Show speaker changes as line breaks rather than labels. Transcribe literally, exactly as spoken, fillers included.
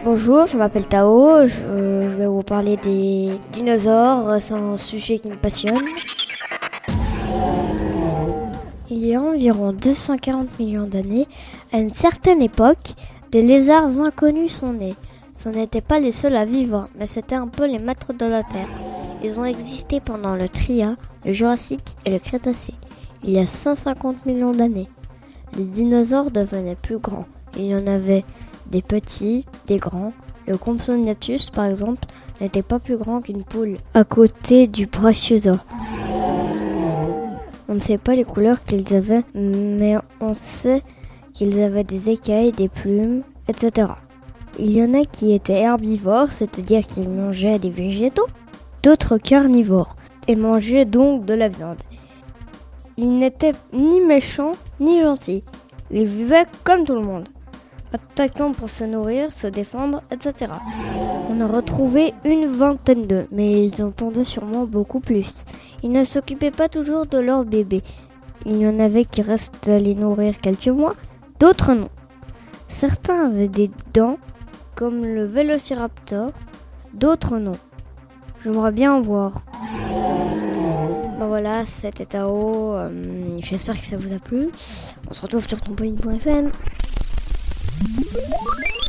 Bonjour, je m'appelle Tao, je, je vais vous parler des dinosaures, c'est un sujet qui me passionne. Il y a environ deux cent quarante millions d'années, à une certaine époque, des lézards inconnus sont nés. Ce n'étaient pas les seuls à vivre, mais c'était un peu les maîtres de la Terre. Ils ont existé pendant le Trias, le Jurassique et le Crétacé, il y a cent cinquante millions d'années. Les dinosaures devenaient plus grands. Il y en avait des petits, des grands. Le Compsognathus, par exemple, n'était pas plus grand qu'une poule, à côté du Brachiosaure. On ne sait pas les couleurs qu'ils avaient, mais on sait qu'ils avaient des écailles, des plumes, et cetera. Il y en a qui étaient herbivores, c'est-à-dire qu'ils mangeaient des végétaux, d'autres carnivores, et mangeaient donc de la viande. Ils n'étaient ni méchants, ni gentils. Ils vivaient comme tout le monde, attaquant pour se nourrir, se défendre, et cetera. On a retrouvé une vingtaine d'eux, mais ils en pondaient sûrement beaucoup plus. Ils ne s'occupaient pas toujours de leurs bébés. Il y en avait qui restent à les nourrir quelques mois, d'autres non. Certains avaient des dents, comme le Vélociraptor, d'autres non. J'aimerais bien en voir. Ben voilà, c'était Tao. Euh, j'espère que ça vous a plu. On se retrouve sur ton point point f m.